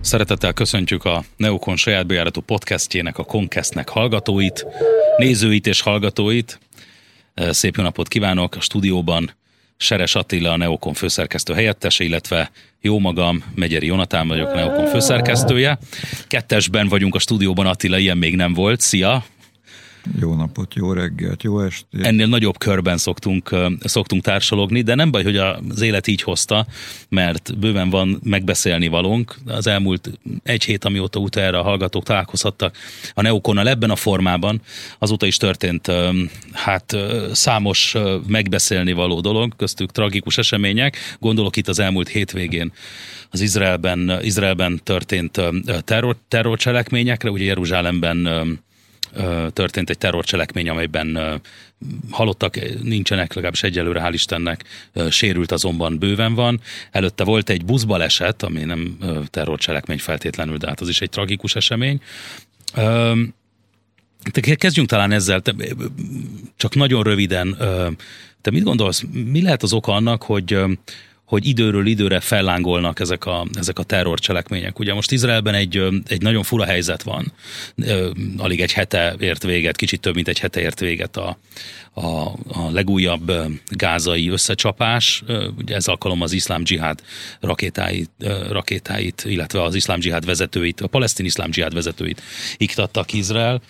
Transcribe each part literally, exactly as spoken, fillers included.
Szeretettel köszöntjük a Neokon saját bejáratú podcastjének, a Concastnek hallgatóit, nézőit és hallgatóit. Szép jó napot kívánok! A stúdióban Seres Attila, a Neokon főszerkesztő helyettese, illetve jó magam, Megyeri Jonatán vagyok, a Neokon főszerkesztője. Kettesben vagyunk a stúdióban, Attila, ilyen még nem volt. Szia! Jó napot, jó reggelt, jó estét. Ennél nagyobb körben szoktunk, szoktunk társalogni, de nem baj, hogy az élet így hozta, mert bőven van megbeszélni valónk. Az elmúlt egy hét, amióta utána a hallgatók találkozhattak a Neokonnal ebben a formában, azóta is történt hát számos megbeszélni való dolog, köztük tragikus események. Gondolok itt az elmúlt hétvégén az Izraelben, Izraelben történt terror, terrorcselekményekre, ugye Jeruzsálemben történt egy terrorcselekmény, amelyben halottak nincsenek, legalábbis egyelőre, hál' Istennek, sérült azonban bőven van. Előtte volt egy buszbaleset, ami nem terrorcselekmény feltétlenül, de hát az is egy tragikus esemény. Kezdjünk talán ezzel, te, csak nagyon röviden. Te mit gondolsz, mi lehet az oka annak, hogy hogy időről időre fellángolnak ezek a, ezek a terrorcselekmények? Ugye most Izraelben egy, egy nagyon fura helyzet van. Alig egy hete ért véget, kicsit több mint egy hete ért véget a, a, a legújabb gázai összecsapás. Ugye ez alkalom az iszlám dzsihád rakétáit, rakétáit, illetve az iszlám dzsihád vezetőit, a palesztin iszlám dzsihád vezetőit iktattak Izrael.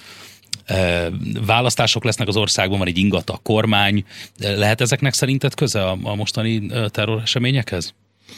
Választások lesznek az országban, van egy ingatag kormány. Lehet ezeknek szerinted köze a, a mostani terroreseményekhez?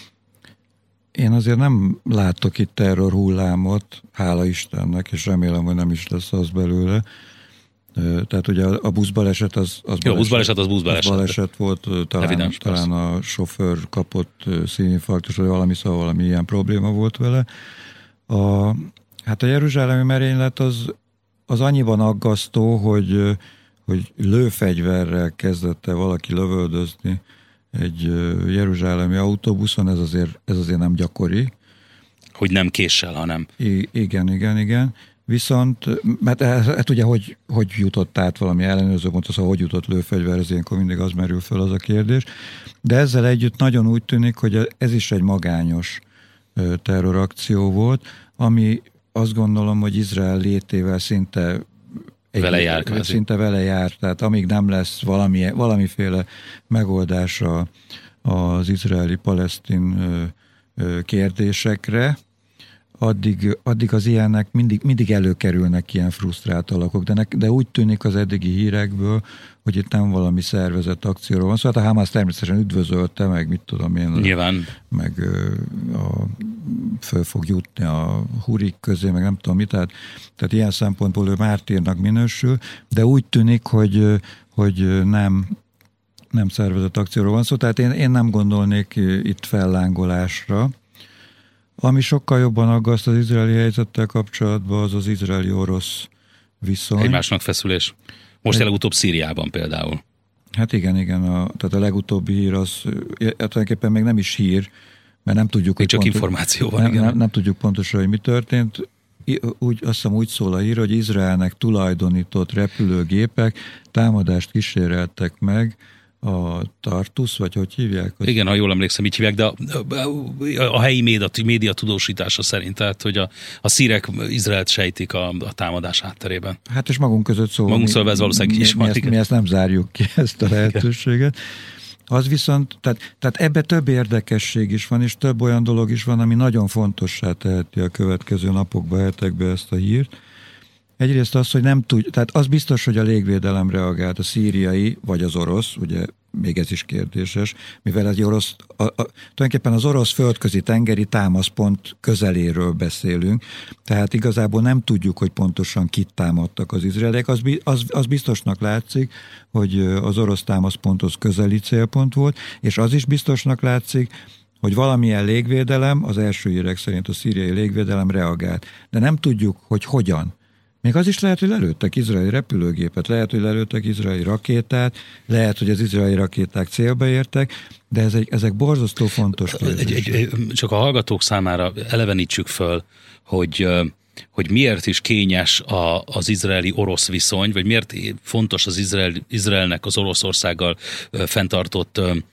Én azért nem látok itt terror hullámot, hála Istennek, és remélem, hogy nem is lesz az belőle. Tehát ugye a buszbaleset az, az Jó, buszbaleset az buszbaleset. Az baleset volt, talán, talán a sofőr kapott szívinfarktus, vagy valami, szóval valami ilyen probléma volt vele. A, hát a jeruzsálemi merénylet az az annyiban aggasztó, hogy, hogy lőfegyverrel kezdett el valaki lövöldözni egy jeruzsálemi autóbuszon, ez azért, ez azért nem gyakori. Hogy nem késsel, hanem. I- igen, igen, igen. Viszont, mert hát ugye, hogy, hogy jutott át valami ellenőrző pontra, szóval hogy jutott lőfegyverhez, ilyenkor mindig az merül föl az a kérdés. De ezzel együtt nagyon úgy tűnik, hogy ez is egy magányos terrorakció volt, ami azt gondolom, hogy Izrael létével szinte egy, vele jár, szinte vele jár, tehát amíg nem lesz valami, valamiféle megoldása az izraeli-palesztin kérdésekre, addig, addig az ilyenek mindig, mindig előkerülnek ilyen frusztrált alakok, de, ne, de úgy tűnik az eddigi hírekből, hogy itt nem valami szervezett akcióról van. Szóval a Hamas természetesen üdvözölte, meg mit tudom én, nyilván. meg a, föl fog jutni a hurik közé, meg nem tudom mit, tehát, tehát ilyen szempontból ő mártírnak minősül, de úgy tűnik, hogy, hogy nem, nem szervezett akcióról van szó, tehát én, én nem gondolnék itt fellángolásra. Ami sokkal jobban aggaszt az izraeli helyzettel kapcsolatban, az az izraeli-orosz viszony. Egymásnak feszülés. Most Egy... legutóbb Szíriában például. Hát igen, igen. A, tehát a legutóbbi hír az tulajdonképpen még nem is hír, mert nem tudjuk, hogy csak pont, információ van, nem, igen. Nem, nem tudjuk pontosan, hogy mi történt. Úgy, azt hiszem úgy szól a hír, hogy Izraelnek tulajdonított repülőgépek támadást kíséreltek meg a Tartus, vagy hogy hívják? Igen, ha jól emlékszem, így hívják, de a, a, a helyi média, média tudósítása szerint, tehát, hogy a, a szírek Izraelt sejtik a, a támadás hátterében. Hát és magunk között szó. Magunk szólva ez valószínűleg mi, is mi, van. Ezt, mi ezt nem zárjuk ki, ezt a lehetőséget. Az viszont, tehát, tehát ebbe több érdekesség is van, és több olyan dolog is van, ami nagyon fontossá teheti a következő napokban, hetekben ezt a hírt. Egyrészt az, hogy nem tud, tehát az biztos, hogy a légvédelem reagált, a szíriai, vagy az orosz, ugye még ez is kérdéses, mivel egy orosz, a, a, tulajdonképpen az orosz földközi tengeri támaszpont közeléről beszélünk, tehát igazából nem tudjuk, hogy pontosan kit támadtak az izraeliek. Az, az, az biztosnak látszik, hogy az orosz támaszpont az közeli célpont volt, és az is biztosnak látszik, hogy valamilyen légvédelem, az első hírek szerint a szíriai légvédelem reagált. De nem tudjuk, hogy hogyan. Még az is lehet, hogy lelőttek izraeli repülőgépet, lehet, hogy lelőttek izraeli rakétát, lehet, hogy az izraeli rakéták célba értek, de ezek, ezek borzasztó fontos kérdések. Csak a hallgatók számára elevenítsük föl, hogy, hogy miért is kényes a, az izraeli-orosz viszony, vagy miért fontos az Izrael, Izraelnek az Oroszországgal fenntartott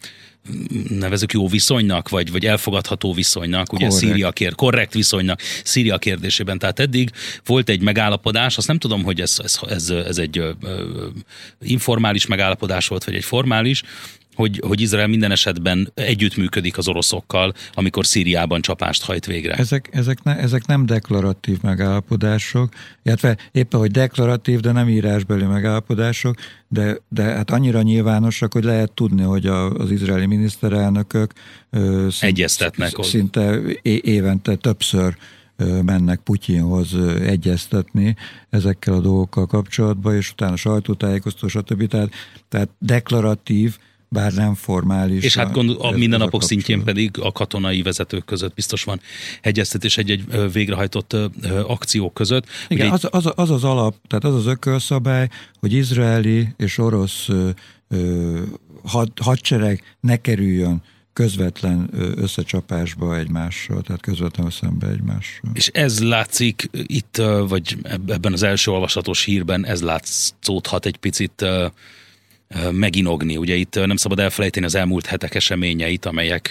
nevezük jó viszonynak, vagy, vagy elfogadható viszonynak, ugye korrekt. Szíria kér, korrekt viszonynak Szíria kérdésében. Tehát eddig volt egy megállapodás, azt nem tudom, hogy ez, ez, ez, ez egy ö, ö, informális megállapodás volt, vagy egy formális, hogy, hogy Izrael minden esetben együttműködik az oroszokkal, amikor Szíriában csapást hajt végre. Ezek, ezek, ne, ezek nem deklaratív megállapodások, illetve éppen, hogy deklaratív, de nem írásbeli megállapodások, de, de hát annyira nyilvánosak, hogy lehet tudni, hogy a, az izraeli miniszterelnökök ö, szint, egyeztetnek. Szinte évente többször mennek Putyinhoz egyeztetni ezekkel a dolgokkal kapcsolatban, és utána sajtótájékoztató, stb. Tehát, tehát deklaratív, bár nem formális. És hát gond, a ez, mindennapok ez a szintjén pedig a katonai vezetők között biztos van egyeztetés egy-egy végrehajtott akciók között. Igen, ugye az, az, az az alap, tehát az az ökölszabály, hogy izraeli és orosz ö, ö, had, hadsereg ne kerüljön közvetlen összecsapásba egymással, tehát közvetlenül szembe egymással. És ez látszik itt, vagy ebben az első olvasatos hírben, ez látszódhat egy picit meginogni. Ugye itt nem szabad elfelejteni az elmúlt hetek eseményeit, amelyek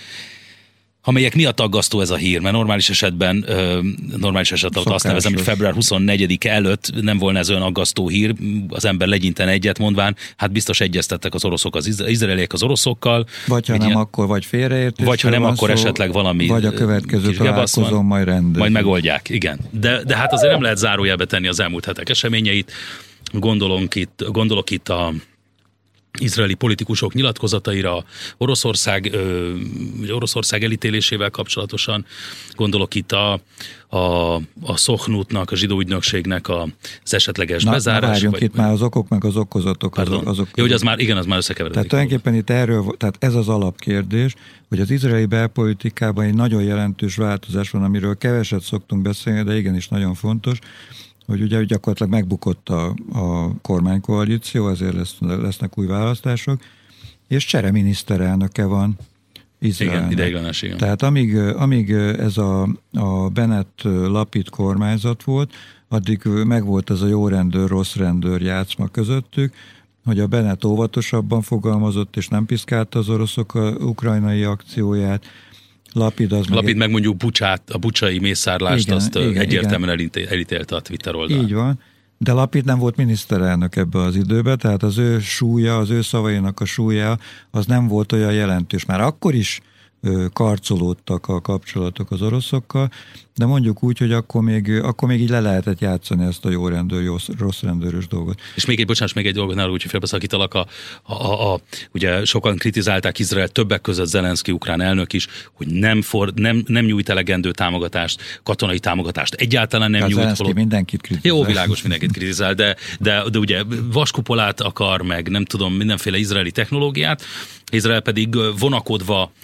amelyek miatt aggasztó ez a hír, mert normális esetben, normális esetben azt nevezem, hogy február huszonnegyedike előtt nem volna ez olyan aggasztó hír, az ember legyinten egyet mondván, hát biztos egyeztettek az oroszok, az izraeliek az oroszokkal. Vagy ha nem, ilyen, akkor vagy félreértés. Vagy ha nem, akkor szó, esetleg valami vagy a következő találkozón majd rendezik. Majd megoldják, igen. De, de hát azért nem lehet zárójelbe tenni az elmúlt hetek eseményeit. Gondolunk itt, gondolok itt a izraeli politikusok nyilatkozataira, Oroszország, ö, Oroszország elítélésével kapcsolatosan, gondolok itt a, a, a Szochnutnak, a zsidó ügynökségnek az esetleges na, bezárás. Na várjunk, vagy, itt már az okok meg az okozatok. Pardon. Azok, Jó, hogy az már, igen, az már összekeveredik. Tehát tulajdonképpen itt erről, tehát ez az alapkérdés, hogy az izraeli belpolitikában egy nagyon jelentős változás van, amiről keveset szoktunk beszélni, de igenis nagyon fontos, hogy ugye gyakorlatilag megbukott a, a kormánykoalíció, ezért lesz, lesznek új választások, és csere miniszterelnöke van Izraelnek. Igen, ideiglenes, igen. Tehát amíg, amíg ez a, a Bennett-Lapid kormányzat volt, addig megvolt ez a jó rendőr, rossz rendőr játszma közöttük, hogy a Bennett óvatosabban fogalmazott, és nem piszkálta az oroszok a ukrajnai akcióját. Lapid, az Lapid meg, meg mondjuk Bucsát, a bucsai mészárlást, igen, azt igen, egyértelműen igen. elítélte a Twitter oldalán. Így van, de Lapid nem volt miniszterelnök ebbe az időben, tehát az ő súlya, az ő szavainak a súlya, az nem volt olyan jelentős. Már akkor is karcolódtak a kapcsolatok az oroszokkal, de mondjuk úgy, hogy akkor még, akkor még így le lehetett játszani ezt a jó rendőr, jó, rossz rendőrös dolgot. És még egy, bocsánat, még egy dolgot, náluk, hogy félbeszakítalak, a, a, a, a, ugye sokan kritizálták Izrael, többek között Zelenszky ukrán elnök is, hogy nem, for, nem, nem nyújt elegendő támogatást, katonai támogatást egyáltalán nem nyújt. Zelenszky holott... mindenkit kritizál. Jó, világos, mindenkit kritizál, de, de, de ugye vaskupolát akar, meg nem tudom, mindenféle izraeli technológiát, Izrael pedig vonakodva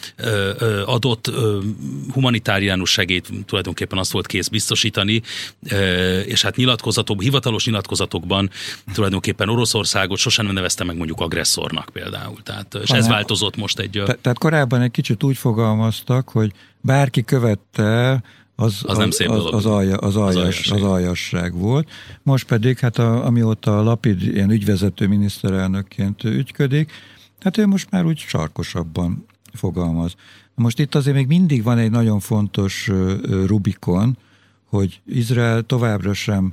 adott humanitáriánus segélyt, tulajdonképpen azt volt kész biztosítani, és hát nyilatkozatok, hivatalos nyilatkozatokban tulajdonképpen Oroszországot sosem nevezte meg mondjuk agresszornak például. Tehát, és ez változott most egy... Te, tehát korábban egy kicsit úgy fogalmaztak, hogy bárki követte, az, az, az, az, az, alja, az, aljas, az aljasság volt. Most pedig, hát a, amióta Lapid ilyen ügyvezető miniszterelnökként ügyködik, hát ő most már úgy sarkosabban fogalmaz. Most itt azért még mindig van egy nagyon fontos Rubikon, hogy Izrael továbbra sem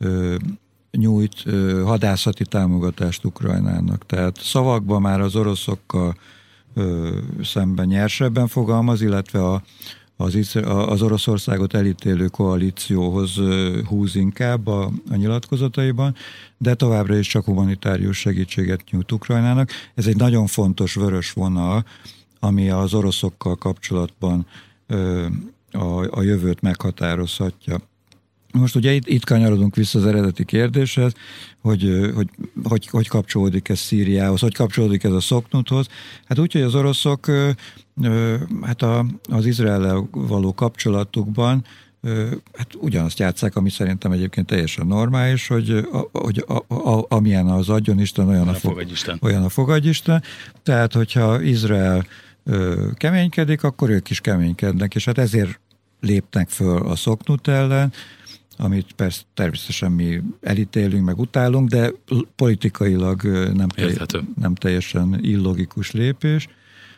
nyújt hadászati támogatást Ukrajnának. Tehát szavakban már az oroszokkal szemben nyersebben fogalmaz, illetve a, az, az Oroszországot elítélő koalícióhoz húz inkább a, a nyilatkozataiban, de továbbra is csak humanitárius segítséget nyújt Ukrajnának. Ez egy nagyon fontos vörös vonal, ami az oroszokkal kapcsolatban ö, a, a jövőt meghatározhatja. Most ugye itt, itt kanyarodunk vissza az eredeti kérdéshez, hogy hogy, hogy hogy kapcsolódik ez Szíriához, hogy kapcsolódik ez a Szoknuthoz. Hát úgy, hogy az oroszok ö, ö, hát a, az Izraellel való kapcsolatukban ö, hát ugyanazt játsszák, ami szerintem egyébként teljesen normális, hogy, a, hogy a, a, amilyen az adjonisten, olyan a, a fogagyisten. Olyan a fogagyisten. Tehát, hogyha Izrael ö, keménykedik, akkor ők is keménykednek, és hát ezért lépnek föl a Szoknut ellen, amit persze természetesen mi elítélünk, meg utálunk, de politikailag nem, telj, nem teljesen illogikus lépés.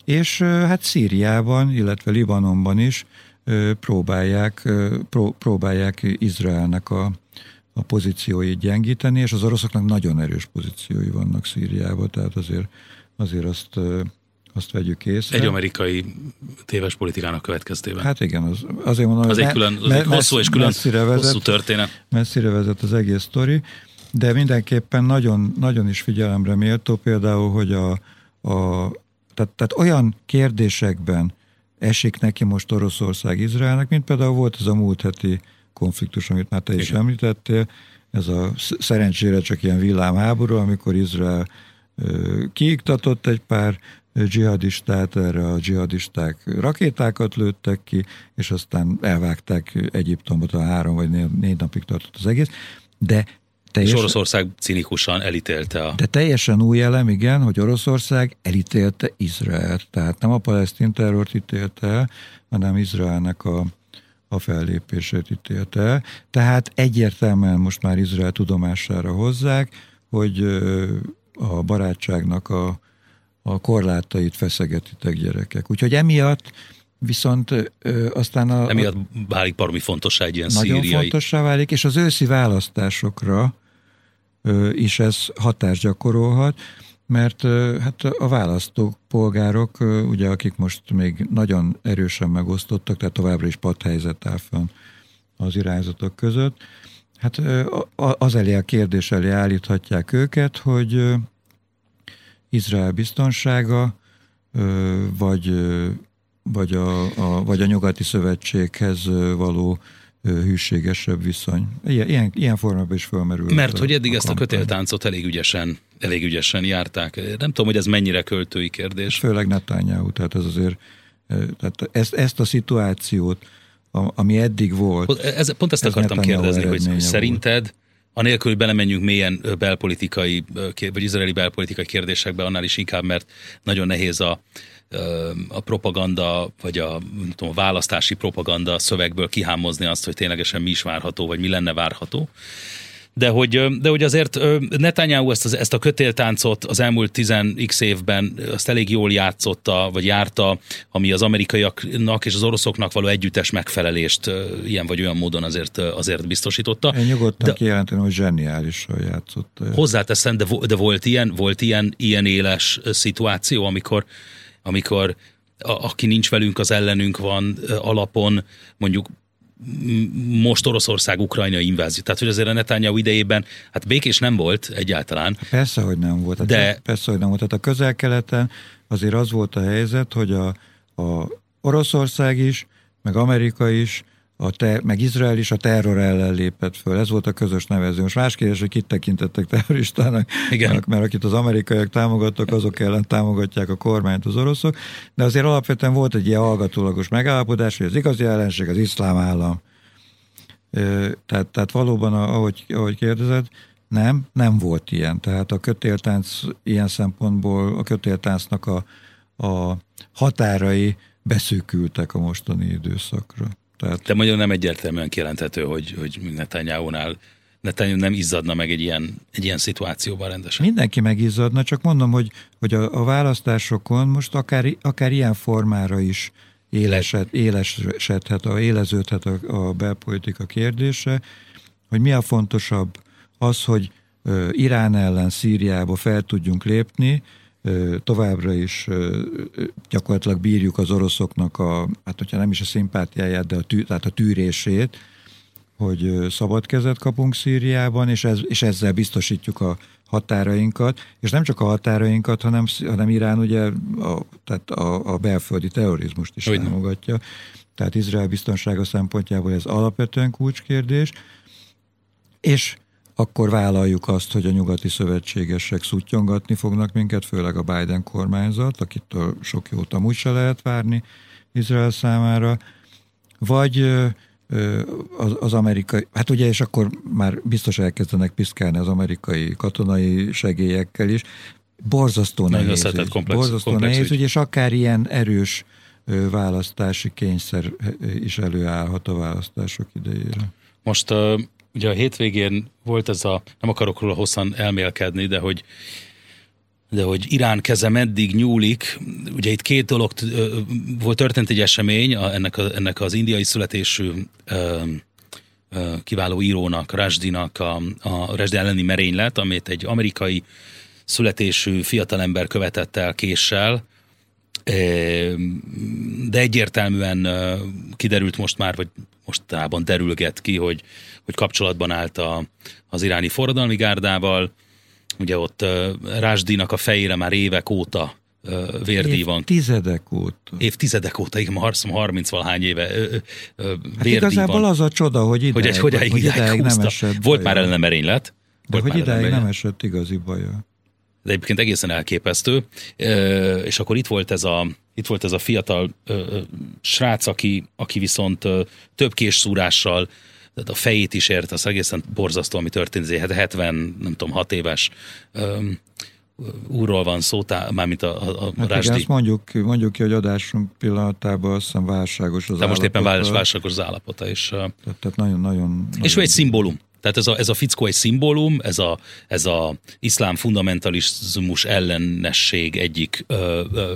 és hát Szíriában, illetve Libanonban is próbálják, pró, próbálják Izraelnek a, a pozícióit gyengíteni, és az oroszoknak nagyon erős pozíciói vannak Szíriában, tehát azért, azért azt, azt vegyük észre. Egy amerikai téves politikának következtében. Hát igen, az, azért mondom, az egy külön, az egy hosszú és külön vezet, hosszú történet. Messzire vezet az egész sztori, de mindenképpen nagyon, nagyon is figyelemre méltó például, hogy a, a tehát, tehát olyan kérdésekben esik neki most Oroszország Izraelnek, mint például volt ez a múlt heti konfliktus, amit már te is igen. említettél, ez a szerencsére csak ilyen villámháború, amikor Izrael ö, kiiktatott egy pár dzsihadistát, erre a dzsihadisták rakétákat lőttek ki, és aztán elvágták Egyiptomot, a három vagy négy, négy napig tartott az egész, de Teljesen, és Oroszország cinikusan elítélte a... De teljesen új elem, igen, hogy Oroszország elítélte Izraelt. Tehát nem a palesztin terrort ítélte el, hanem Izraelnek a, a fellépését ítélte el. Tehát egyértelműen most már Izrael tudomására hozzák, hogy a barátságnak a, a korlátait feszegetitek, gyerekek. Úgyhogy emiatt viszont ö, aztán a... Emiatt válik baromi fontossá egy ilyen nagyon szíriai... fontossá válik, és az őszi választásokra ö, is ez hatást gyakorolhat, mert ö, hát a választók, polgárok, ö, ugye akik most még nagyon erősen megosztottak, tehát továbbra is padhelyzet áll fenn az irányzatok között, hát ö, az elé a kérdés elé állíthatják őket, hogy ö, Izrael biztonsága, ö, vagy ö, Vagy a, a, vagy a nyugati szövetséghez való hűségesebb viszony. Ilyen, ilyen, ilyen formában is fölmerül. Mert a, hogy eddig a ezt kampány. A kötéltáncot elég ügyesen, elég ügyesen járták. Nem tudom, hogy ez mennyire költői kérdés. Főleg Netanyahu, tehát ez azért, tehát ezt, ezt a szituációt, ami eddig volt. Ez, pont ezt akartam Netanyahu kérdezni, hogy volt. Szerinted, anélkül, hogy belemenjünk mélyen belpolitikai, vagy izraeli belpolitikai kérdésekbe, annál is inkább, mert nagyon nehéz a a propaganda, vagy a, tudom, a választási propaganda szövegből kihámozni azt, hogy ténylegesen mi is várható, vagy mi lenne várható. De hogy, de hogy azért Netanyahu ezt, ezt a kötéltáncot az elmúlt tíz x évben azt elég jól játszotta, vagy járta, ami az amerikaiaknak és az oroszoknak való együttes megfelelést ilyen vagy olyan módon azért, azért biztosította. Én nyugodtan kijelenteni, hogy zseniálisan játszotta. Hozzáteszem, de, de volt ilyen, volt ilyen, ilyen éles szituáció, amikor amikor a, aki nincs velünk, az ellenünk van alapon, mondjuk most Oroszország ukrajnai invázió. Tehát, hogy azért a Netanyahu idejében, hát békés nem volt egyáltalán. Persze, hogy nem volt. De... Hát persze, hogy nem volt. Tehát a Közel-Keleten azért az volt a helyzet, hogy a, a Oroszország is, meg Amerika is, a ter- meg Izrael is a terror ellen lépett föl. Ez volt a közös nevező. Most más kérdés, hogy kit tekintettek terroristának, mert, mert akit az amerikaiak támogattak, azok ellen támogatják a kormányt az oroszok, de azért alapvetően volt egy ilyen hallgatólagos megállapodás, hogy az igazi ellenség az iszlám állam. Tehát, tehát valóban, ahogy, ahogy kérdezed, nem, nem volt ilyen. Tehát a kötéltánc ilyen szempontból, a kötéltáncnak a, a határai beszűkültek a mostani időszakra. Tehát... De mondjuk nem egyértelműen kijelenthető, hogy, hogy Netanyahu-nál Netanyahu nem izzadna meg egy ilyen, egy ilyen szituációban rendesen. Mindenki megizzadna, csak mondom, hogy, hogy a, a választásokon most akár, akár ilyen formára is élesed, élesedhet, a, éleződhet a, a belpolitika kérdése, hogy mi a fontosabb az, hogy uh, Irán ellen Szíriába fel tudjunk lépni, továbbra is gyakorlatilag bírjuk az oroszoknak a, hát hogyha nem is a szimpátiáját, de a, tű, tehát a tűrését, hogy szabad kezet kapunk Szíriában, és, ez, és ezzel biztosítjuk a határainkat, és nem csak a határainkat, hanem, hanem Irán ugye a, tehát a, a belföldi terrorizmust is Olyan. támogatja. Tehát Izrael biztonsága szempontjából ez alapvetően kulcskérdés, és akkor vállaljuk azt, hogy a nyugati szövetségesek szuttyongatni fognak minket, főleg a Biden kormányzat, akitől sok jót amúgy se lehet várni Izrael számára, vagy az, az amerikai, hát ugye, és akkor már biztos elkezdenek piszkálni az amerikai katonai segélyekkel is. Borzasztó Nagyon nehéz, összetett, komplex, borzasztó komplex nehéz, ügy. és akár ilyen erős választási kényszer is előállhat a választások idejére. Most uh, ugye a hétvégén volt ez a, nem akarok róla hosszan elmélkedni, de hogy de hogy Irán keze meddig nyúlik, ugye itt két dolog volt, történt egy esemény, ennek, a, ennek az indiai születésű ö, ö, kiváló írónak, Rushdie-nak a, a Rushdie elleni merénylet, amit egy amerikai születésű fiatalember követett el késsel, de egyértelműen kiderült most már, vagy mostában derülget ki, hogy, hogy kapcsolatban állt a, az iráni forradalmi gárdával. Ugye ott Rushdie-nak a fejére már évek óta vérdíj van. Évtizedek óta. Évtizedek óta, igen, harminc-valahány éve vérdíj hát igazából van. Az a csoda, hogy idáig, hogy, hogy, hogy idáig nem esett Volt baja. Már ellene merénylet. De hogy idáig nem esett igazi baja. De egyébként egészen elképesztő. És akkor itt volt ez a, itt volt ez a fiatal srác, aki, aki viszont több késszúrással tehát a fejét is ért, az egészen borzasztó, ami történt, hetven, nem tudom, hat éves um, úrról van szó, tá, mármint a, a, a hát Rushdie. Ezt mondjuk, mondjuk ki, hogy adásunk pillanatában azt hiszem válságos az De most állapota. éppen válságos az állapota. És, tehát, tehát nagyon, nagyon... És ő egy szimbólum. Tehát ez a, ez a fickó egy szimbólum, ez a, ez a iszlám fundamentalizmus ellenesség egyik ö, ö,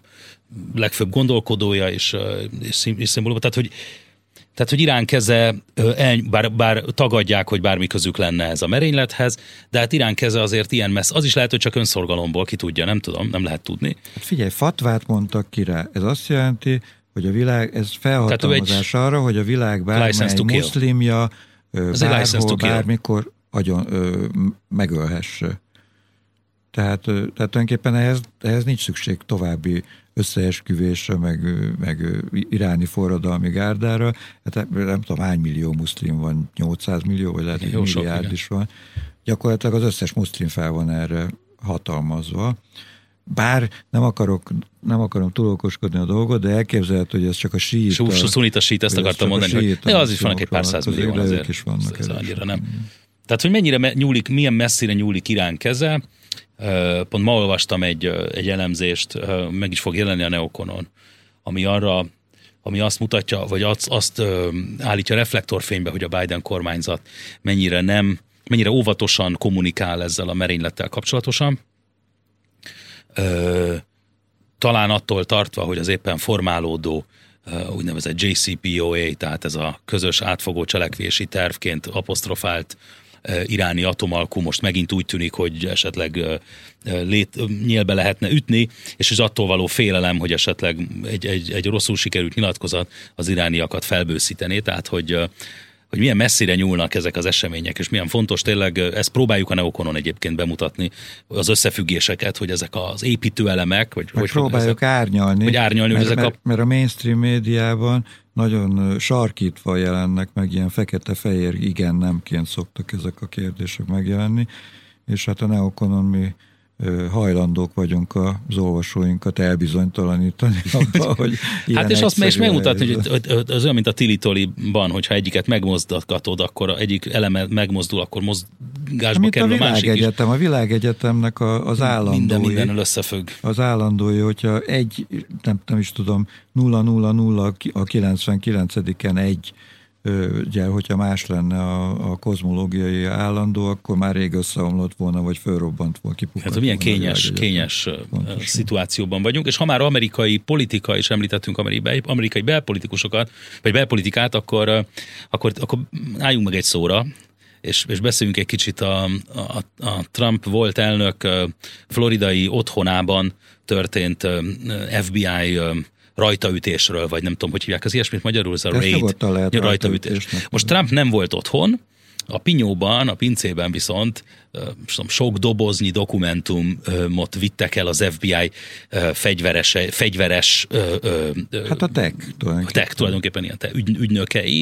legfőbb gondolkodója és, és, és szimbólum. Tehát, hogy Tehát, hogy Irán keze, bár, bár tagadják, hogy bármi közük lenne ez a merénylethez, de hát Irán keze azért ilyen messze. Az is lehet, hogy csak önszorgalomból, ki tudja, nem tudom, nem lehet tudni. Hát figyelj, fatvát mondtak ki rá. Ez azt jelenti, hogy a világ, ez felhatalmazás arra, hogy a világ bármely muszlimja bárhol, bármikor agyon, ö, megölhesse. Tehát, tehát tulajdonképpen ehhez, ehhez nincs szükség további összeesküvésre, meg, meg iráni forradalmi gárdára. Hát nem tudom, hány millió muszlim van, nyolcszáz millió, vagy lehet, hogy milliárd sok, is van. Gyakorlatilag az összes muszlim fel van erre hatalmazva. Bár nem akarok, nem akarom túl okoskodni a dolgot, de elképzelhető, hogy ez csak a síita. Szunita síita, ezt akartam mondani, hogy de az is vannak egy pár száz millió, azért is vannak. Ez annyira nem. Tehát, hogy mennyire nyúlik, milyen messzire nyúlik Irán keze. Pont ma olvastam egy, egy elemzést, meg is fog jelenni a Neokonon, ami arra, ami azt mutatja, vagy azt, azt állítja reflektorfénybe, hogy a Biden kormányzat mennyire nem, mennyire óvatosan kommunikál ezzel a merénylettel kapcsolatosan. Talán attól tartva, hogy az éppen formálódó úgynevezett J C P O A, tehát ez a közös átfogó cselekvési tervként apostrofált iráni atomalkú most megint úgy tűnik, hogy esetleg lét, nyílbe lehetne ütni, és az attól való félelem, hogy esetleg egy, egy, egy rosszul sikerült nyilatkozat az irániakat felbőszítené, tehát hogy, hogy milyen messzire nyúlnak ezek az események, és milyen fontos tényleg, ezt próbáljuk a Neokonon egyébként bemutatni, az összefüggéseket, hogy ezek az építőelemek, vagy hogy próbáljuk ezek, árnyalni, hogy árnyalni mert, hogy ezek mert, a... mert a mainstream médiában nagyon sarkítva jelennek meg, ilyen fekete-fehér igen-nemként szoktak ezek a kérdések megjelenni, és hát a Neokonon mi hajlandók vagyunk az olvasóinkat elbizonytalanítani abba, hogy hát és azt meg is megmutatni, hogy az olyan, mint a Tili-Toliban, hogyha egyiket megmozdgatod, akkor egyik eleme megmozdul, akkor mozgásba mint kerül a, a másik világegyetem, is. A világegyetemnek az állandói. Minden mindennel összefügg. Az állandói, hogyha egy, nem, nem is tudom, nulla nulla nulla a kilencvenkilencediken egy, ugye, hogyha más lenne a, a kozmológiai állandó, akkor már rég összeomlott volna, vagy fölrobbant volna, kipukkant hát, milyen kényes, kényes Pontosan. szituációban vagyunk, és ha már amerikai politika, és említettünk amerikai, amerikai belpolitikusokat, vagy belpolitikát, akkor, akkor, akkor álljunk meg egy szóra, és, és beszéljünk egy kicsit a, a, a Trump volt elnök floridai otthonában történt F B I rajtaütésről, vagy nem tudom, hogy hívják az ilyesmit magyarul, ez a raid, rajtaütés. Most Trump nem volt otthon, a pinyóban, a pincében viszont sok doboznyi dokumentumot vittek el az F B I fegyveres, fegyveres hát a tech tulajdonképpen, a tech tulajdonképpen ilyen ügy, ügynökei.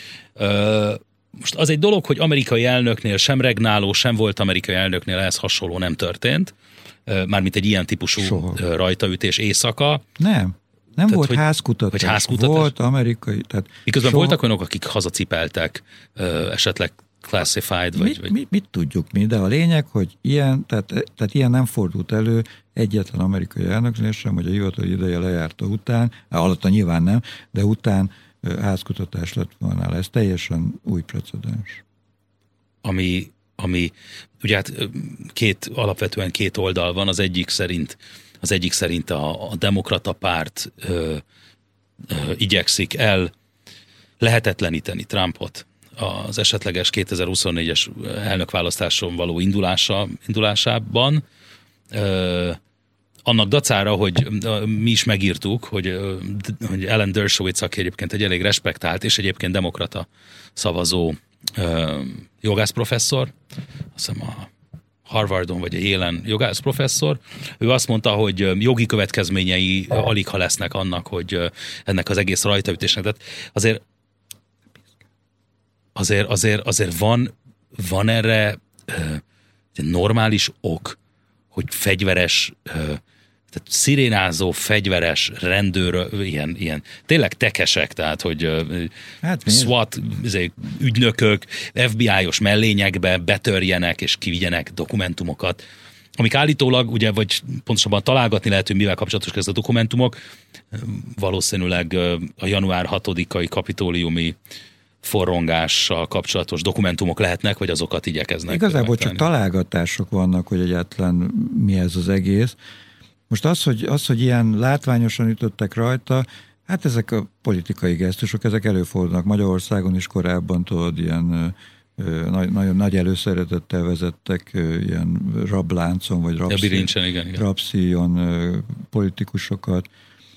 Most az egy dolog, hogy amerikai elnöknél sem regnáló, sem volt amerikai elnöknél ehhez hasonló nem történt, mármint egy ilyen típusú Soha. rajtaütés éjszaka. Nem. Nem tehát, volt hogy, házkutatás, hogy házkutatás, volt amerikai. Tehát miközben soha... voltak olyanok, akik hazacipeltek, esetleg classified, vagy... Mit, vagy... mit, mit tudjuk mi, de a lényeg, hogy ilyen, tehát, tehát ilyen nem fordult elő egyetlen amerikai elnöknél sem, hogy a hivatali ideje lejárta után, alatta nyilván nem, de után házkutatás lett volna. Ez teljesen új precedens. Ami ami ugye hát két, alapvetően két oldal van, az egyik szerint, az egyik szerint a, a demokrata párt ö, ö, igyekszik el lehetetleníteni Trumpot az esetleges kétezer-huszonnégyes elnökválasztáson való indulása, indulásában, ö, annak dacára, hogy mi is megírtuk, hogy, hogy Alan Dershowitz, aki egyébként egy elég respektált, és egyébként demokrata szavazó ö, jogászprofesszor, azt hiszem a Harvardon vagy a Yale-en jogászprofesszor, ő azt mondta, hogy jogi következményei alig ha lesznek annak, hogy ennek az egész rajtaütésnek. Tehát azért azért, azért, azért van, van erre ö, normális ok, hogy fegyveres, ö, tehát szirénázó, fegyveres rendőr, ilyen, ilyen tényleg tekesek, tehát, hogy hát, SWAT ügynökök, ef bé i-os mellényekbe betörjenek és kivigyenek dokumentumokat, amik állítólag, ugye, vagy pontosabban találgatni lehet, hogy mivel kapcsolatos ez a dokumentumok, valószínűleg a január hatodikai kapitóliumi forrongással kapcsolatos dokumentumok lehetnek, vagy azokat igyekeznek. Igazából megtenni. Csak találgatások vannak, hogy egyáltalán mi ez az egész. Most az, hogy, az, hogy ilyen látványosan ütöttek rajta, hát ezek a politikai gesztusok, ezek előfordulnak Magyarországon is korábban, tudod, ilyen ö, nagy, nagyon nagy előszeretettel vezettek ö, ilyen rabláncon, vagy rabszíjon politikusokat.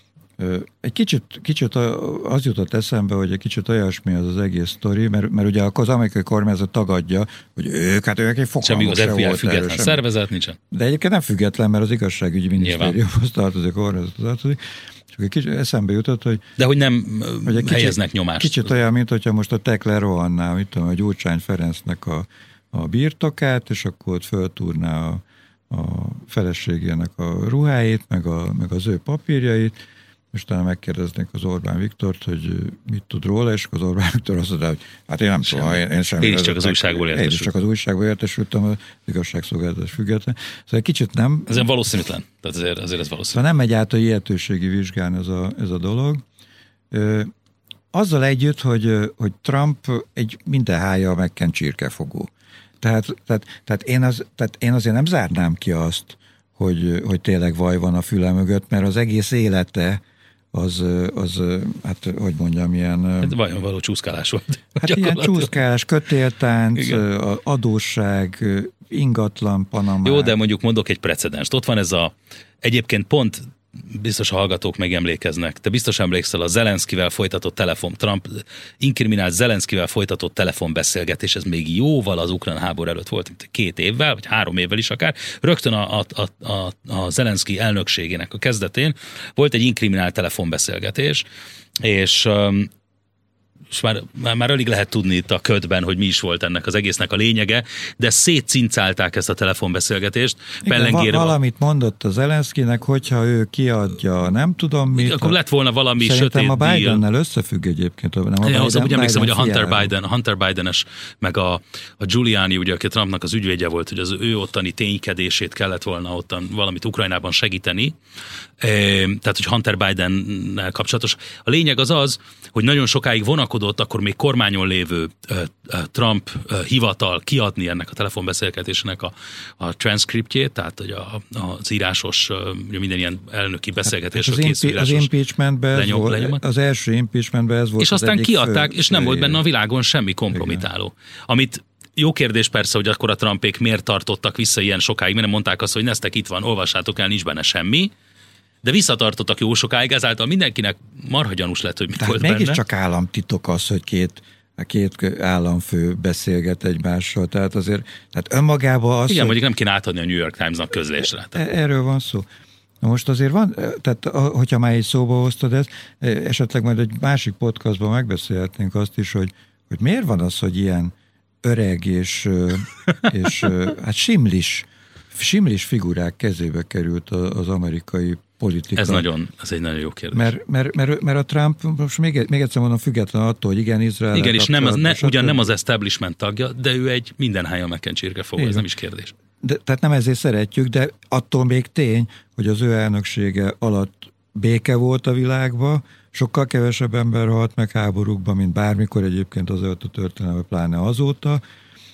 Egy kicsit, kicsit az jutott eszembe, hogy egy kicsit olyasmi az az egész sztori, mert, mert ugye az amerikai kormányzat tagadja, hogy ők, hát ők egy fogalmuk se volt. Semmi az ef bé i független erről, szervezet nincsen. De egyébként nem független, mert az igazságügyi minisztériumhoz tartozik, kormányzathoz tartozik. Csak egy kicsit eszembe jutott, hogy... De hogy nem hogy egy helyeznek kicsit, nyomást. Kicsit olyan, mint hogyha most a Tekle rohanná, mit tudom, a Gyurcsány Ferencnek a, a birtokát, és akkor ott föltúrná a, a feleségének a ruháit, meg, a, meg az ő papírjait, és utána megkérdeznék az Orbán Viktort, hogy mit tud róla, és az Orbán Viktor azt mondta, hogy hát én nem Semmi. tudom, én, én semmi. Én is csak az újságból értesültem. Én is csak az újságból értesültem, az igazságszolgáltatás független. Szóval egy kicsit nem... Ez valószínűtlen. Tehát azért, azért ez valószínű. Szóval nem megy át a ilyetőségi vizsgán ez a, ez a dolog. Ö, azzal együtt, hogy, hogy Trump egy minden hája megkent csirkefogó. Tehát, tehát, tehát, én az, tehát én azért nem zárnám ki azt, hogy, hogy tényleg vaj van a füle mögött, mert az egész élete az, az hát hogy mondjam, ilyen... Hát vajon való csúszkálás volt. Hát ilyen csúszkálás, kötéltánc, igen. Adósság, ingatlan, Panamá. Jó, de mondjuk mondok egy precedenst. Ott van ez a, egyébként pont biztos a hallgatók megemlékeznek. Te biztos emlékszel a Zelenszkivel folytatott telefon, Trump inkriminált Zelenszkivel folytatott telefonbeszélgetés, ez még jóval az ukrán háború előtt volt, mint két évvel, vagy három évvel is akár. Rögtön a, a, a, a, a Zelenszky elnökségének a kezdetén volt egy inkriminált telefonbeszélgetés, és és már, már, már alig lehet tudni itt a ködben, hogy mi is volt ennek az egésznek a lényege, de szétcincálták ezt a telefonbeszélgetést. Igen, va- valamit mondott a Zelenszkinek, hogyha ő kiadja, nem tudom mit. Akkor lett volna valami Szerintem sötét a Bidennel összefügg egyébként. Nem a Biden, Biden, az, úgy emlékszem, hogy a Hunter fiára. Biden, a Hunter Bidenes, meg a, a Giuliani, ugye, aki Trumpnak az ügyvédje volt, hogy az ő ottani ténykedését kellett volna ottan valamit Ukrajnában segíteni. E, tehát, hogy Hunter Bidennel kapcsolatos. A lényeg az az, hogy nagyon sokáig vonakodott, akkor még kormányon lévő uh, uh, Trump uh, hivatal kiadni ennek a telefonbeszélgetésnek a, a transzkriptjét, tehát hogy a, az írásos, uh, minden ilyen elnöki beszélgetésre hát készül írásos az impeachmentben lenyom, volt, lenyomat. Az első impeachmentben ez volt. És aztán kiadták, fő, és nem volt benne a világon semmi kompromitáló. Igen. Amit jó kérdés persze, hogy akkor a Trumpék miért tartottak vissza ilyen sokáig, mert nem mondták azt, hogy neztek itt van, olvassátok el, nincs benne semmi, de visszatartottak jó sokáig, ezáltal mindenkinek marha gyanús lett, hogy mit Tehát volt benne. Mégiscsak államtitok az, hogy két, két államfő beszélget egymással, tehát azért, tehát önmagában az... Igen, hogy... mondjuk nem kéne átadni a New York Times-nak közlésre. Tehát... Erről van szó. Na most azért van, tehát hogyha már így szóba hoztad ezt, esetleg majd egy másik podcastban megbeszélhetnénk azt is, hogy, hogy miért van az, hogy ilyen öreg és, és hát simlis, simlis figurák kezébe került az amerikai politika. Ez nagyon, ez egy nagyon jó kérdés. Mert, mert, mert, mert a Trump, most még, még egyszer mondom, független attól, hogy igen, Izrael. Igen, és nem az, ne, ugyan nem az establishment tagja, de ő egy mindenhája megkent csirkefogó, ez nem is kérdés. De, tehát nem ezért szeretjük, de attól még tény, hogy az ő elnöksége alatt béke volt a világban, sokkal kevesebb ember halt meg háborúkban, mint bármikor egyébként az előtt a történelme, pláne azóta.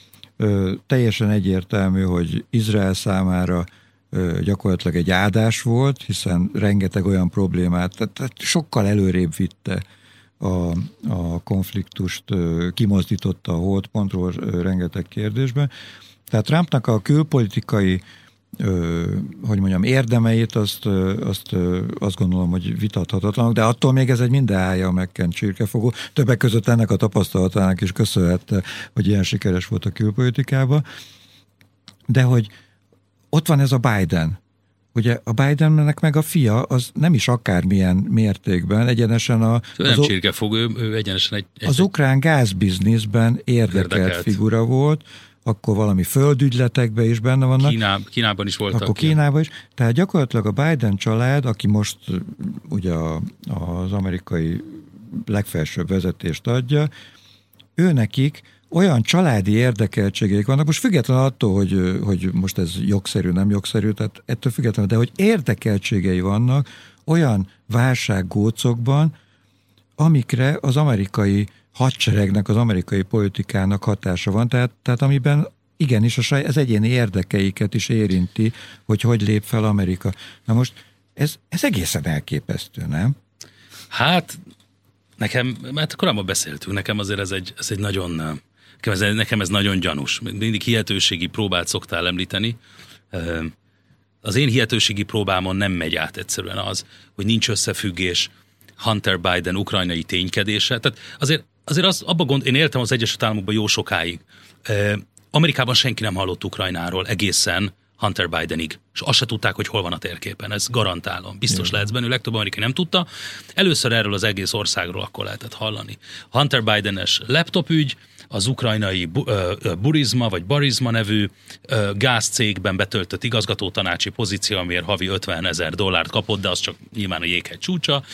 ö, teljesen egyértelmű, hogy Izrael számára ö, gyakorlatilag egy áldás volt, hiszen rengeteg olyan problémát, tehát, tehát sokkal előrébb vitte a, a konfliktust, ö, kimozdította a holdpontról ö, rengeteg kérdésben. Tehát Trumpnak a külpolitikai Ö, hogy mondjam, érdemeit, azt, azt, azt gondolom, hogy vitathatatlanok, de attól még ez egy minden állja megkent csirkefogó. Többek között ennek a tapasztalatának is köszönhette, hogy ilyen sikeres volt a külpolitikában. De hogy ott van ez a Biden. Ugye a Bidennek meg a fia, az nem is akármilyen mértékben, egyenesen a... Nem csirkefogó, ő, ő egyenesen egy... egy az ukrán gázbizniszben érdekelt, érdekelt figura volt, akkor valami földügyletekben is benne vannak. Kíná, Kínában is voltak. Akkor Kínában is. Tehát gyakorlatilag a Biden család, aki most ugye az amerikai legfelsőbb vezetést adja, ő nekik olyan családi érdekeltségeik vannak, most függetlenül attól, hogy, hogy most ez jogszerű, nem jogszerű, tehát ettől függetlenül, de hogy érdekeltségei vannak olyan válsággócokban, amikre az amerikai hadseregnek, az amerikai politikának hatása van, tehát, tehát amiben igenis a saj, az egyéni érdekeiket is érinti, hogy hogy lép fel Amerika. Na most ez, ez egészen elképesztő, nem? Hát nekem, mert korábban beszéltünk, nekem azért ez egy, ez egy nagyon, nekem ez, nekem ez nagyon gyanús. Mindig hihetőségi próbát szoktál említeni. Az én hihetőségi próbámon nem megy át egyszerűen az, hogy nincs összefüggés Hunter Biden ukrajnai ténykedése. Tehát azért Azért az, abba gond, én éltem az Egyesült Államokban jó sokáig. Amerikában senki nem hallott Ukrajnáról egészen Hunter Bidenig, és azt se tudták, hogy hol van a térképen. Ez garantálom. Biztos lehetsz benne, legtöbb amerikai nem tudta. Először erről az egész országról akkor lehetett hallani. Hunter Biden-es laptopügy, az ukrajnai bu, uh, Burisma vagy Barisma nevű uh, gázcégben betöltött igazgatótanácsi pozíció, amiért havi ötven ezer dollárt kapott, de az csak nyilván a jéghegy csúcsa.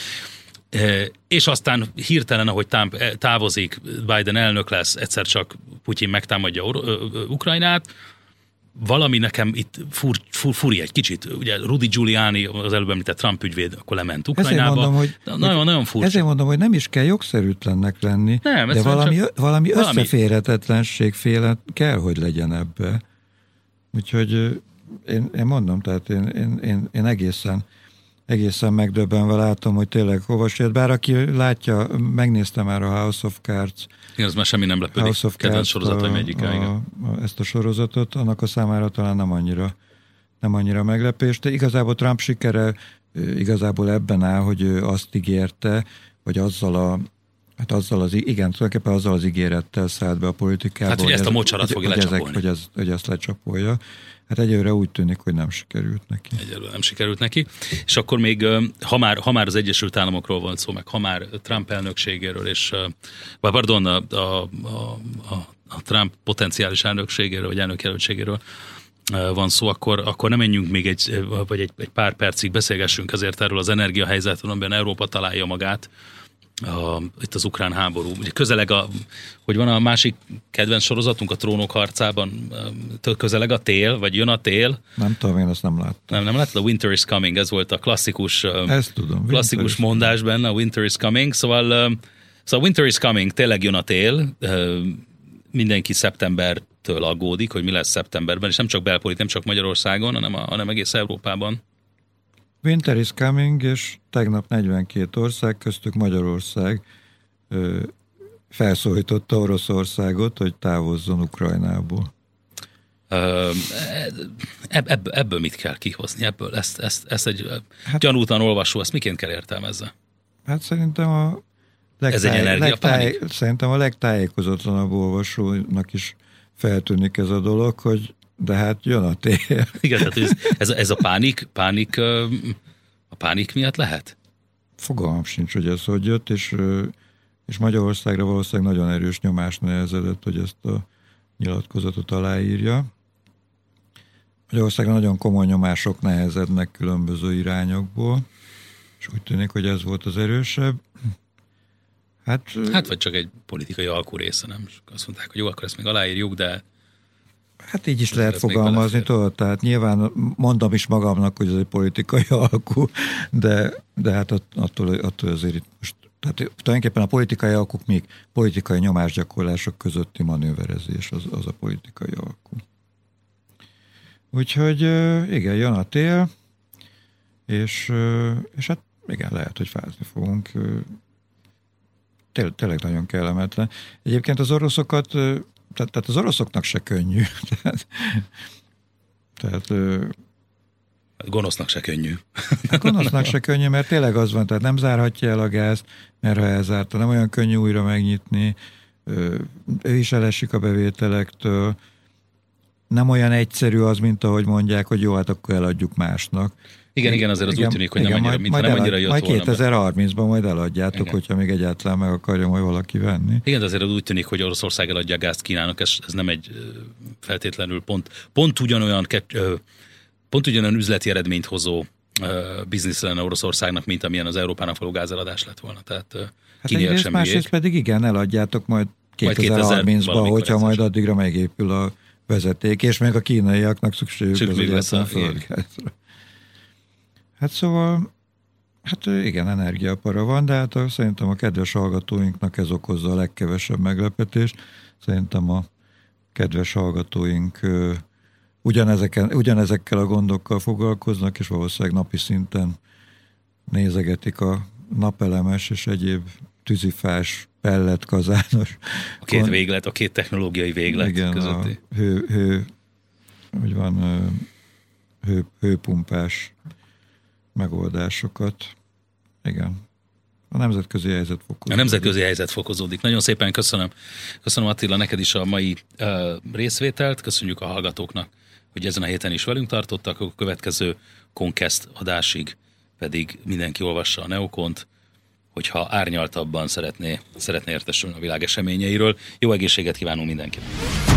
És aztán hirtelen, ahogy távozik, Biden elnök lesz, egyszer csak Putyin megtámadja Ukrajnát, valami nekem itt fur, fur, furi egy kicsit. Ugye Rudy Giuliani, az előbb említett Trump ügyvéd, akkor lement Ukrajnába. Ezért mondom, hogy, nagyon, nagyon furcsa. Ezért mondom, hogy nem is kell jogszerűtlennek lenni, nem, de valami, valami, valami összeférhetetlenség féle kell, hogy legyen ebbe. Úgyhogy én, én mondom, tehát én, én, én, én egészen egészen megdöbbenve látom, hogy tényleg hova sért. Bár aki látja, megnézte már a House of Cards. Én az már semmi nem lepődik. Kedvenc sorozataim egyik. A, a, ezt a sorozatot, annak a számára talán nem annyira, nem annyira meglepés. De igazából Trump sikere igazából ebben áll, hogy ő azt ígérte, hogy azzal a Hát azzal az, igen, tulajdonképpen azzal az ígérettel szállt be a politikába. Hát, hogy ezt a mocsarat fogja lecsapolni. Ezek, hogy, ez, hogy ezt lecsapolja. Hát egyelőre úgy tűnik, hogy nem sikerült neki. Egyelőre nem sikerült neki. És akkor még, ha már, ha már az Egyesült Államokról volt szó, meg ha már Trump elnökségéről, és, vagy pardon, a, a, a, a Trump potenciális elnökségéről, vagy elnökjelöltségéről van szó, akkor, akkor nem menjünk még egy, vagy egy, egy pár percig beszélgessünk ezért erről az energiahelyzetről, amiben Európa találja magát. A, itt az ukrán háború. Ugye közeleg a, hogy van a másik kedvenc sorozatunk a Trónok harcában, közeleg a tél, vagy jön a tél. Nem tudom, én azt nem láttam. Nem, nem láttad? A Winter is Coming, ez volt a klasszikus, ezt tudom, klasszikus mondás benne, a Winter is Coming. Szóval, szóval Winter is Coming, tényleg jön a tél, mindenki szeptembertől aggódik, hogy mi lesz szeptemberben, és nem csak belpolitik, nem csak Magyarországon, hanem, a, hanem egész Európában. Winter is coming, és tegnap negyvenkét ország, köztük Magyarország ö, felszólította Oroszországot, hogy távozzon Ukrajnából. Ö, ebb, ebből mit kell kihozni? Ebből ezt, ezt, ezt egy hát, gyanútlan olvasó, ezt miként kell értelmezze? Hát szerintem a legtáj, legtáj, szerintem a legtájékozottanabb olvasónak is feltűnik ez a dolog, hogy de hát jön a tél. Igen, tehát ez, ez, ez a pánik, pánik, a pánik miatt lehet? Fogalmam sincs, hogy ez hogy jött, és, és Magyarországra valószínűleg nagyon erős nyomás nehezedett, hogy ezt a nyilatkozatot aláírja. Magyarországra nagyon komoly nyomások nehezednek különböző irányokból, és úgy tűnik, hogy ez volt az erősebb. Hát, hát vagy csak egy politikai alkú része, nem? Azt mondták, hogy jó, akkor ezt még aláírjuk, de hát így is lehet fogalmazni, tudod, tehát nyilván mondom is magamnak, hogy ez egy politikai alkú, de, de hát attól, attól azért itt most tehát tulajdonképpen a politikai alkuk még politikai nyomásgyakorlások közötti manőverezés, az, az a politikai alkú. Úgyhogy igen, jön a tél, és, és hát igen, lehet, hogy fázni fogunk. Té- tényleg nagyon kellemetlen. Egyébként az oroszokat, tehát, tehát az oroszoknak se könnyű. Tehát, tehát gonosznak se könnyű. A gonosznak se könnyű, mert tényleg az van, tehát nem zárhatja el a gázt, mert ha elzárta, nem olyan könnyű újra megnyitni, ő is elesik a bevételektől, nem olyan egyszerű az, mint ahogy mondják, hogy jó, hát akkor eladjuk másnak. Igen, igen, azért az igen, úgy tűnik, hogy igen, nem annyira, mintha nem annyira jött majd volna. Majd kétezer-harmincban majd eladjátok, igen. Hogyha még egyáltalán meg akarja majd valaki venni. Igen, azért az úgy tűnik, hogy Oroszország eladja a gázt Kínának, ez, ez nem egy feltétlenül pont, pont ugyanolyan pont ugyanolyan üzleti eredményt hozó biznisz lenne Oroszországnak, mint amilyen az Európának való gázeladás lett volna. Tehát hát egyrészt, másrészt pedig igen, eladjátok majd kétezer-harmincban, hogyha majd addigra megépül a vezeték, és még a kínaiaknak szükségük az egyáltalán földgázra. Hát szóval, hát igen, energiapara van, de hát szerintem a kedves hallgatóinknak ez okozza a legkevesebb meglepetést. Szerintem a kedves hallgatóink ugyanezeken, ugyanezekkel a gondokkal foglalkoznak, és valószínűleg napi szinten nézegetik a napelemes és egyéb tűzifás, pellet, kazános. A két kon... véglet, a két technológiai véglet igen, közötti. A hő, hő, hogy van, hő, hőpumpás megoldásokat. Igen. A nemzetközi helyzet fokozódik. A nemzetközi helyzet fokozódik. Nagyon szépen köszönöm. Köszönöm Attila neked is a mai uh, részvételt. Köszönjük a hallgatóknak, hogy ezen a héten is velünk tartottak. A következő Conquest adásig pedig mindenki olvassa a Neokont, hogyha árnyaltabban szeretné, szeretné értesülni a világ eseményeiről. Jó egészséget kívánunk mindenkinek!